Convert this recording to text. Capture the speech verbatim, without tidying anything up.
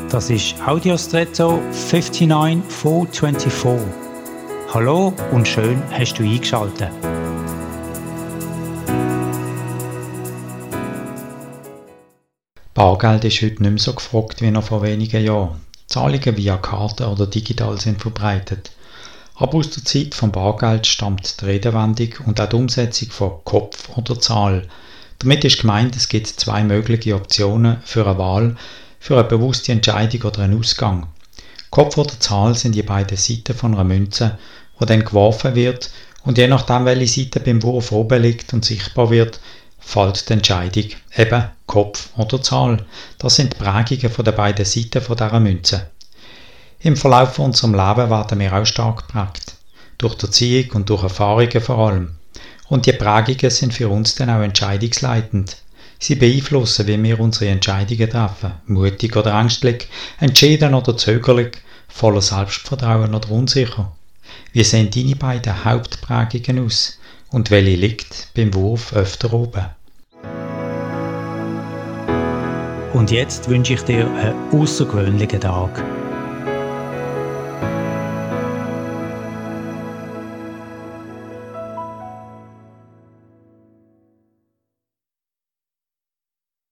Das ist Audiostretto neunundfünfzig vierhundertvierundzwanzig. Hallo und schön hast du eingeschaltet. Bargeld ist heute nicht mehr so gefragt wie noch vor wenigen Jahren. Zahlungen via Karte oder digital sind verbreitet. Aber aus der Zeit vom Bargeld stammt die Redewendung und auch die Umsetzung von Kopf oder Zahl. Damit ist gemeint, es gibt zwei mögliche Optionen für eine Wahl, für eine bewusste Entscheidung oder einen Ausgang. Kopf oder Zahl sind die beiden Seiten von einer Münze, die dann geworfen wird, und je nachdem, welche Seite beim Wurf oben liegt und sichtbar wird, fällt die Entscheidung, eben Kopf oder Zahl. Das sind die Prägungen von den beiden Seiten von dieser Münze. Im Verlauf unserem Leben werden wir auch stark geprägt. Durch die Erziehung und durch Erfahrungen vor allem. Und die Prägungen sind für uns dann auch entscheidungsleitend. Sie beeinflussen, wie wir unsere Entscheidungen treffen, mutig oder ängstlich, entschieden oder zögerlich, voller Selbstvertrauen oder unsicher. Wie sehen deine beiden Hauptprägungen aus und welche liegt beim Wurf öfter oben? Und jetzt wünsche ich dir einen außergewöhnlichen Tag.